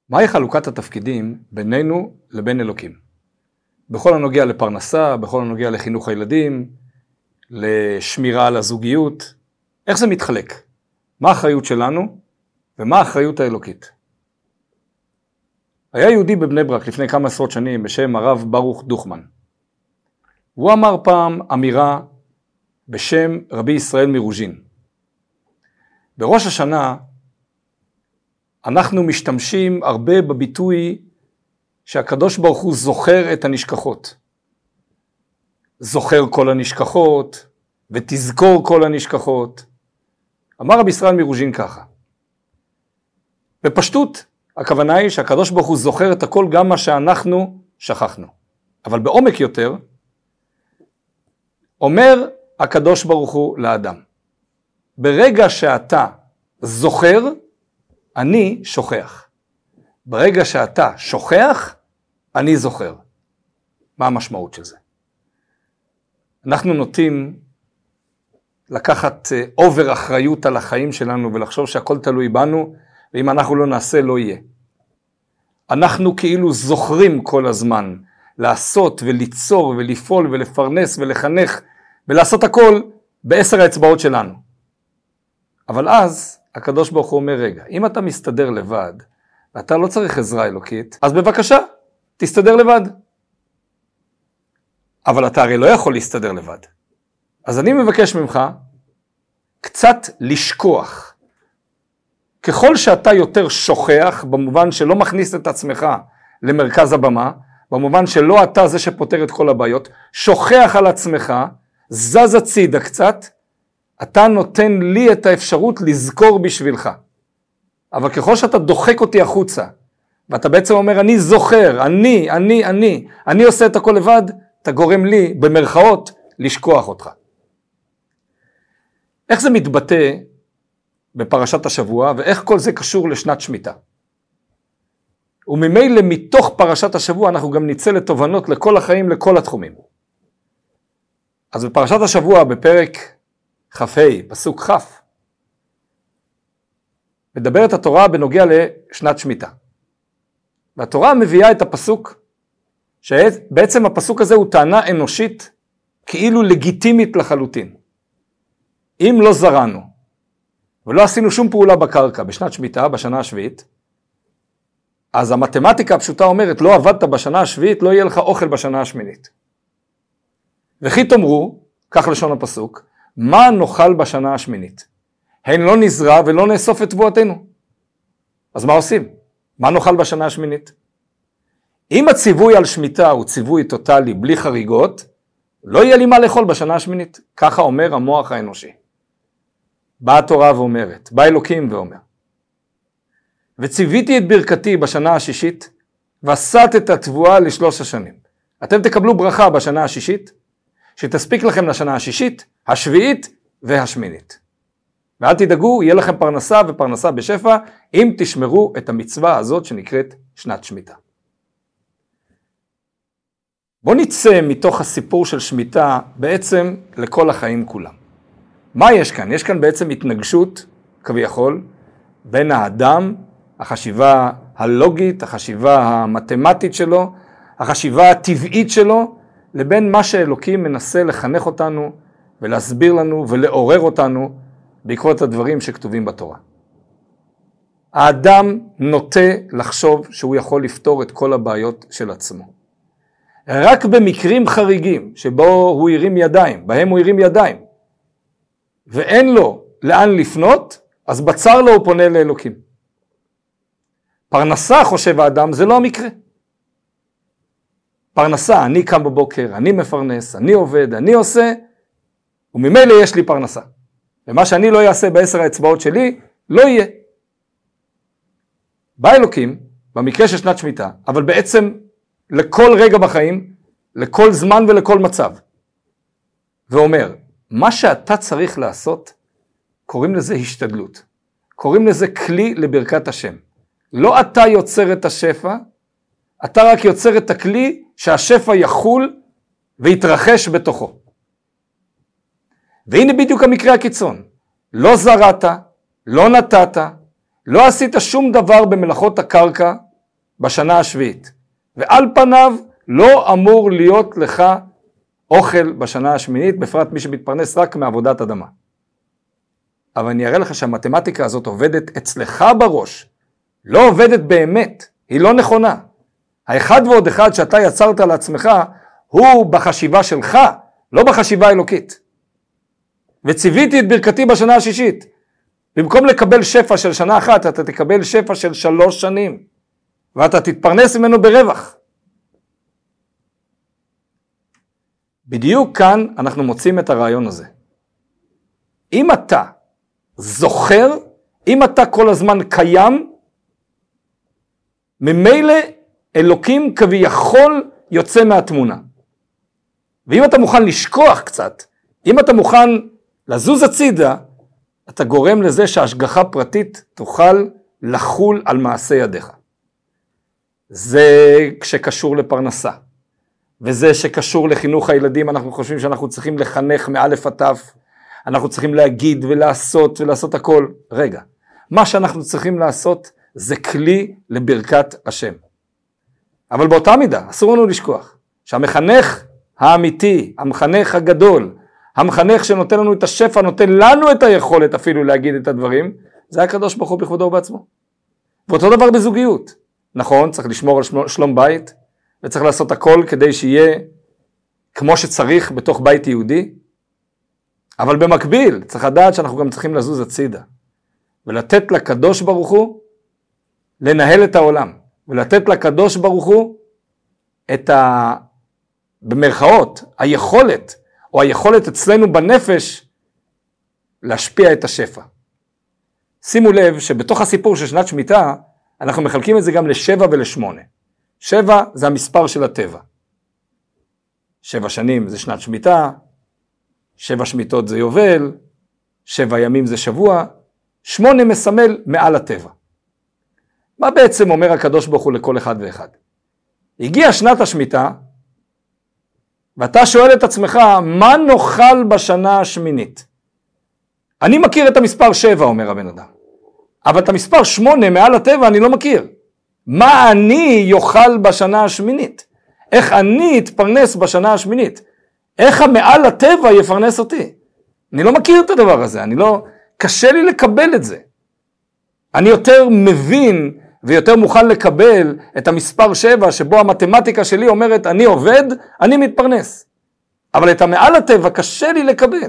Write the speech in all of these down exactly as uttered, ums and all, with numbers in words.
מהי חלוקת התפקידים בינינו לבין אלוקים? בכל הנוגע לפרנסה, בכל הנוגע לחינוך הילדים, לשמירה על הזוגיות, איך זה מתחלק? מה האחריות שלנו ומה האחריות האלוקית? היה יהודי בבני ברק לפני כמה עשרות שנים בשם הרב ברוך דוכמן. הוא אמר פעם אמירה בשם רבי ישראל מרוז'ין. בראש השנה אנחנו משתמשים הרבה בביטוי שהקדוש ברוך הוא זוכר את הנשכחות. זוכר כל הנשכחות ותזכור כל הנשכחות. אמר רבי ישראל מרוז'ין ככה. בפשטות הכוונה היא שהקדוש ברוך הוא זוכר את הכל גם מה שאנחנו שכחנו. אבל בעומק יותר אומר הקדוש ברוך הוא לאדם. ברגע שאתה זוכר, אני שוכח. ברגע שאתה שוכח, אני זוכר. מה המשמעות של זה? אנחנו נוטים לקחת אובר אחריות על החיים שלנו ולחשוב שהכל תלוי בנו, ואם אנחנו לא נעשה לא יהיה. אנחנו כאילו זוכרים כל הזמן לעשות וליצור ולפעול ולפרנס ולחנך ולעשות הכל בעשר האצבעות שלנו. אבל אז הקדוש ברוך הוא אומר, רגע, אם אתה מסתדר לבד, ואתה לא צריך עזרה אלוקית, אז בבקשה, תסתדר לבד. אבל אתה הרי לא יכול להסתדר לבד. אז אני מבקש ממך קצת לשכוח. ככל שאתה יותר שוכח, במובן שלא מכניס את עצמך למרכז הבמה, במובן שלא אתה זה שפותר את כל הבעיות, שוכח על עצמך, זז הצידה קצת, אתה נותן לי את האפשרות לזכור בשבילך. אבל ככל שאתה דוחק אותי החוצה, ואתה בעצם אומר, אני זוכר, אני, אני, אני, אני עושה את הכל לבד, אתה גורם לי, במרכאות, לשכוח אותך. איך זה מתבטא בפרשת השבוע, ואיך כל זה קשור לשנת שמיטה? וממילא מתוך פרשת השבוע, אנחנו גם נצא לתובנות לכל החיים, לכל התחומים. אז בפרשת השבוע, בפרק כ"ה, פסוק כ', מדברת התורה בנוגע לשנת שמיטה. והתורה מביאה את הפסוק, שבעצם הפסוק הזה הוא טענה אנושית, כאילו לגיטימית לחלוטין. אם לא זרענו, ולא עשינו שום פעולה בקרקע בשנת שמיטה, בשנה השביעית, אז המתמטיקה הפשוטה אומרת, לא עבדת בשנה השביעית, לא יהיה לך אוכל בשנה השמינית. וכי תאמרו, כך לשון הפסוק, מה נאכל בשנה השמינית? הן לא נזרע ולא נאסוף את תבואתנו. אז מה עושים? מה נאכל בשנה השמינית? אם הציווי על שמיטה הוא ציווי טוטלי בלי חריגות, לא יהיה לי מה לאכול בשנה השמינית. ככה אומר המוח האנושי. באה התורה ואומרת, בא אלוקים ואומר, וציוויתי את ברכתי בשנה השישית, וסת את התבואה לשלוש השנים. אתם תקבלו ברכה בשנה השישית, שתספיק לכם לשנה השישית, השביעית והשמינית. ואל תדאגו, יהיה לכם פרנסה ופרנסה בשפע, אם תשמרו את המצווה הזאת שנקראת שנת שמיטה. בוא נצא מתוך הסיפור של שמיטה בעצם לכל החיים כולם. מה יש כאן? יש כאן בעצם התנגשות, כביכול, בין האדם, החשיבה הלוגית, החשיבה המתמטית שלו, החשיבה הטבעית שלו, לבין מה שאלוקים מנסה לחנך אותנו ולהסביר לנו ולעורר אותנו בעקבות הדברים שכתובים בתורה. האדם נוטה לחשוב שהוא יכול לפתור את כל הבעיות של עצמו. רק במקרים חריגים שבו הוא הרים ידיים, בהם הוא הרים ידיים, ואין לו לאן לפנות, אז בצר לו הוא פונה לאלוקים. פרנסה, חושב האדם, זה לא המקרה. פרנסה, אני קם בבוקר, אני מפרנס, אני עובד, אני עושה, וממילא יש לי פרנסה. ומה שאני לא אעשה בעשר האצבעות שלי, לא יהיה. בא אלוקים, במקרה של שנת שמיטה, אבל בעצם לכל רגע בחיים, לכל זמן ולכל מצב. ואומר, מה שאתה צריך לעשות, קוראים לזה השתדלות. קוראים לזה כלי לברכת השם. לא אתה יוצר את השפע, אתה רק יוצר את הכלי שהשפע יחול ויתרחש בתוכו. והנה בדיוק המקרה הקיצון. לא זרעת, לא נתת, לא עשית שום דבר במלאכות הקרקע, בשנה השביעית, ועל פניו לא אמור להיות לך אוכל בשנה השמינית, בפרט מי שמתפרנס רק מעבודת אדמה. אבל אני אראה לך שהמתמטיקה הזאת עובדת אצלך בראש, לא עובדת באמת, היא לא נכונה. האחד ועוד אחד שאתה יצרת לעצמך, הוא בחשיבה שלך, לא בחשיבה האלוקית. וציוויתי את ברכתי בשנה השישית. במקום לקבל שפע של שנה אחת, אתה תקבל שפע של שלוש שנים, ואתה תתפרנס ממנו ברווח. בדיוק כאן אנחנו מוצאים את הרעיון הזה. אם אתה זוכר, אם אתה כל הזמן קיים, ממילא אלוקים כביכול יוצא מהתמונה. ואם אתה מוכן לשכוח קצת, אם אתה מוכן לזוז הצידה, אתה גורם לזה שהשגחה פרטית תוכל לחול על מעשה ידיך. זה שקשור לפרנסה, וזה שקשור לחינוך הילדים. אנחנו חושבים שאנחנו צריכים לחנך מאלף עד תף, אנחנו צריכים להגיד ולעשות ולעשות הכל. רגע, מה שאנחנו צריכים לעשות זה כלי לברכת השם. אבל באותה מידה, אסור לנו לשכוח, שהמחנך האמיתי, המחנך הגדול, המחנך שנותן לנו את השפע, נותן לנו את היכולת אפילו להגיד את הדברים, זה הקדוש ברוך הוא בכבודו ובעצמו. ואותו דבר בזוגיות. נכון, צריך לשמור על שלום בית, וצריך לעשות הכל כדי שיהיה כמו שצריך בתוך בית יהודי, אבל במקביל צריך לדעת שאנחנו גם צריכים לזוז הצידה, ולתת לקדוש ברוך הוא לנהל את העולם, ולתת לקדוש ברוך הוא את ה... במרכאות, היכולת, או היכולת אצלנו בנפש, להשפיע את השפע. שימו לב שבתוך הסיפור של שנת שמיטה, אנחנו מחלקים את זה גם לשבע ולשמונה. שבע זה המספר של הטבע. שבע שנים זה שנת שמיטה, שבע שמיטות זה יובל, שבע ימים זה שבוע, שמונה מסמל מעל הטבע. מה בעצם אומר הקדוש ברוך הוא לכל אחד ואחד? הגיעה שנת השמיטה, ואתה שואל את עצמך, מה נאכל בשנה השמינית? אני מכיר את המספר שבע, אומר הבן אדם. אבל את המספר שמונה מעל הטבע אני לא מכיר. מה אני יאכל בשנה השמינית? איך אני אתפרנס בשנה השמינית? איך המעל הטבע יפרנס אותי? אני לא מכיר את הדבר הזה, אני לא, קשה לי לקבל את זה. אני יותר מבין ויותר מוכן לקבל את המספר שבע, שבו המתמטיקה שלי אומרת, אני עובד, אני מתפרנס. אבל את המעל הטבע קשה לי לקבל.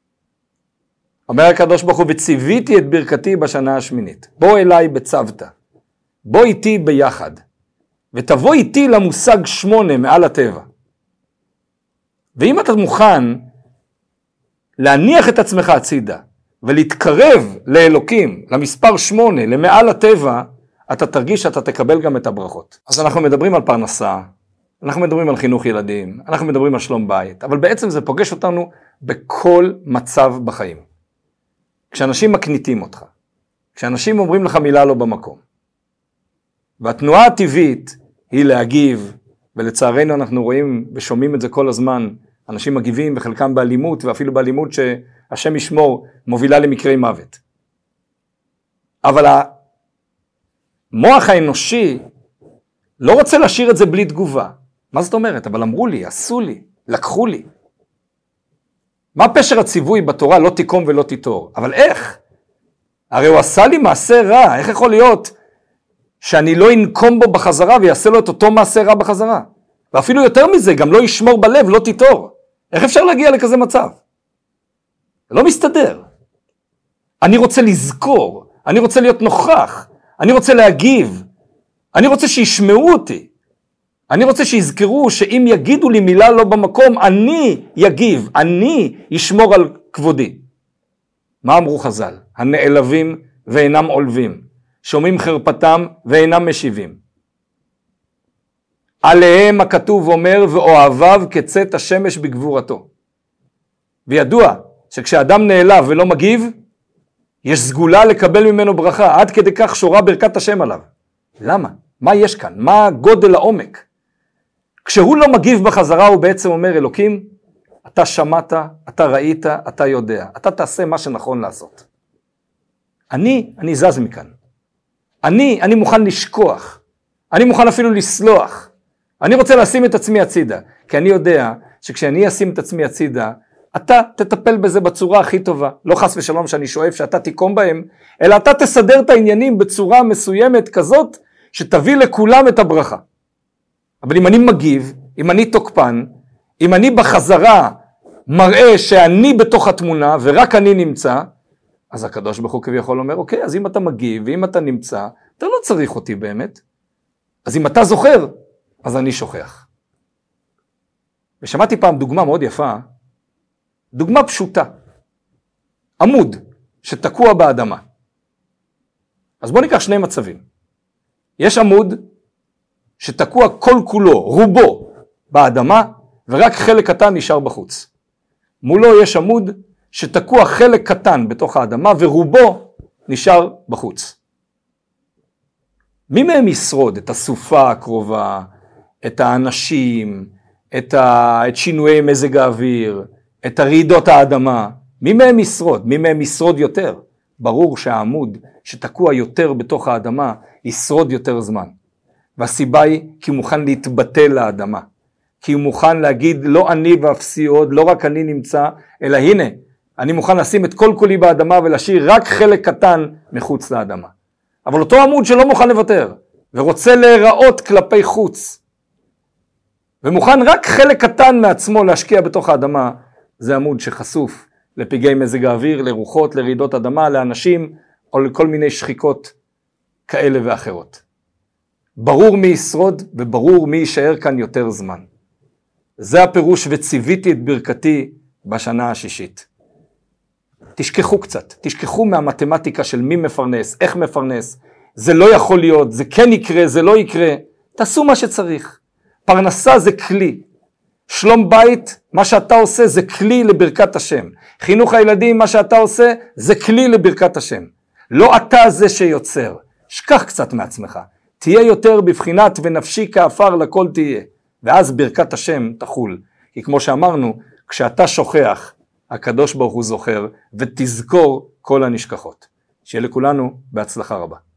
אומר הקדוש ברוך הוא, וציוויתי את ברכתי בשנה השמינית. בוא אליי בצוותא, בוא איתי ביחד, ותבוא איתי למושג שמונה מעל הטבע. ואם אתה מוכן להניח את עצמך הצידה, ולהתקרב לאלוקים, למספר שמונה, למעל הטבע, אתה תרגיש שאתה תקבל גם את הברכות. אז אנחנו מדברים על פרנסה, אנחנו מדברים על חינוך ילדים, אנחנו מדברים על שלום בית, אבל בעצם זה פוגש אותנו בכל מצב בחיים. כשאנשים מקניטים אותך, כשאנשים אומרים לך מילה לא במקום, והתנועה הטבעית היא להגיב, ולצערנו אנחנו רואים ושומעים את זה כל הזמן, אנשים מגיבים וחלקם באלימות, ואפילו באלימות שהשם ישמור מובילה למקרי מוות. אבל המוח האנושי לא רוצה להשאיר את זה בלי תגובה. מה זאת אומרת? אבל אמרו לי, עשו לי, לקחו לי. מה פשר הציווי בתורה לא תיקום ולא תיטור? אבל איך? הרי הוא עשה לי מעשה רע, איך יכול להיות שאני לא אנקום בו בחזרה ויעשה לו את אותו מעשה רע בחזרה? ואפילו יותר מזה, גם לא ישמור בלב, לא תיטור. איך אפשר להגיע לכזה מצב? זה לא מסתדר. אני רוצה לזכור, אני רוצה להיות נוכח, אני רוצה להגיב, אני רוצה שישמעו אותי, אני רוצה שיזכרו שאם יגידו לי מילה לא במקום, אני יגיב, אני ישמור על כבודי. מה אמרו חז"ל? הנעלבים ואינם עולבים, שומעים חרפתם ואינם משיבים. עליהם הכתוב אומר, ואוהביו כצאת השמש בגבורתו. וידוע שכשאדם נעלב ולא מגיב, יש סגולה לקבל ממנו ברכה, עד כדי כך שורה ברכת השם עליו. למה? מה יש כאן? מה גודל העומק? כשהוא לא מגיב בחזרה, הוא בעצם אומר, אלוקים, אתה שמעת, אתה ראית, אתה יודע, אתה תעשה מה שנכון לעשות. אני, אני זז מכאן. אני, אני מוכן לשכוח. אני מוכן אפילו לסלוח. אני רוצה לשים את עצמי הצידה, כי אני יודע שכשאני אשים את עצמי הצידה, אתה תטפל בזה בצורה הכי טובה. לא חס ושלום שאני שואף שאתה תיקום בהם, אלא אתה תסדר את העניינים בצורה מסוימת כזאת, שתביא לכולם את הברכה. אבל אם אני מגיב, אם אני תוקפן, אם אני בחזרה מראה שאני בתוך התמונה ורק אני נמצא, אז הקדוש ברוך הוא כביכול אומר, אוקיי, אז אם אתה מגיב ואם אתה נמצא, אתה לא צריך אותי באמת. אז אם אתה זוכר, אז אני שוכח. ושמעתי פעם דוגמה מאוד יפה, דוגמה פשוטה. עמוד שתקוע באדמה. אז בוא ניקח שני מצבים. יש עמוד שתקוע כל כולו, רובו, באדמה, ורק חלק קטן נשאר בחוץ. מולו יש עמוד שתקוע חלק קטן בתוך האדמה, ורובו נשאר בחוץ. מי מהם ישרוד את הסופה הקרובה, את האנשים, את, ה... את שינויי מזג האוויר, את הרעידות האדמה? מי מהם ישרוד? מי מהם ישרוד יותר? ברור שהעמוד שתקוע יותר בתוך האדמה ישרוד יותר זמן. והסיבה היא כי הוא מוכן להתבטל לאדמה. כי הוא מוכן להגיד לא אני ואפסי עוד, לא רק אני נמצא, אלא הנה, אני מוכן לשים את כל כולי באדמה ולהשאיר רק חלק קטן מחוץ לאדמה. אבל אותו עמוד שלא מוכן לוותר, ורוצה להיראות כלפי חוץ, ומוכן רק חלק קטן מעצמו להשקיע בתוך האדמה, זה עמוד שחשוף לפגעי מזג האוויר, לרוחות, לרעידות אדמה, לאנשים, או לכל מיני שחיקות כאלה ואחרות. ברור מי ישרוד, וברור מי יישאר כאן יותר זמן. זה הפירוש וציוויתי את ברכתי בשנה השישית. תשכחו קצת, תשכחו מהמתמטיקה של מי מפרנס, איך מפרנס, זה לא יכול להיות, זה כן יקרה, זה לא יקרה, תעשו מה שצריך. פרנסה זה כלי, שלום בית, מה שאתה עושה זה כלי לברכת השם, חינוך הילדים, מה שאתה עושה זה כלי לברכת השם, לא אתה זה שיוצר, שכח קצת מעצמך, תהיה יותר בבחינת ונפשי כאפר לכל תהיה, ואז ברכת השם תחול, כי כמו שאמרנו, כשאתה שוכח, הקדוש ברוך הוא זוכר, ותזכור כל הנשכחות. שיהיה לכולנו בהצלחה רבה.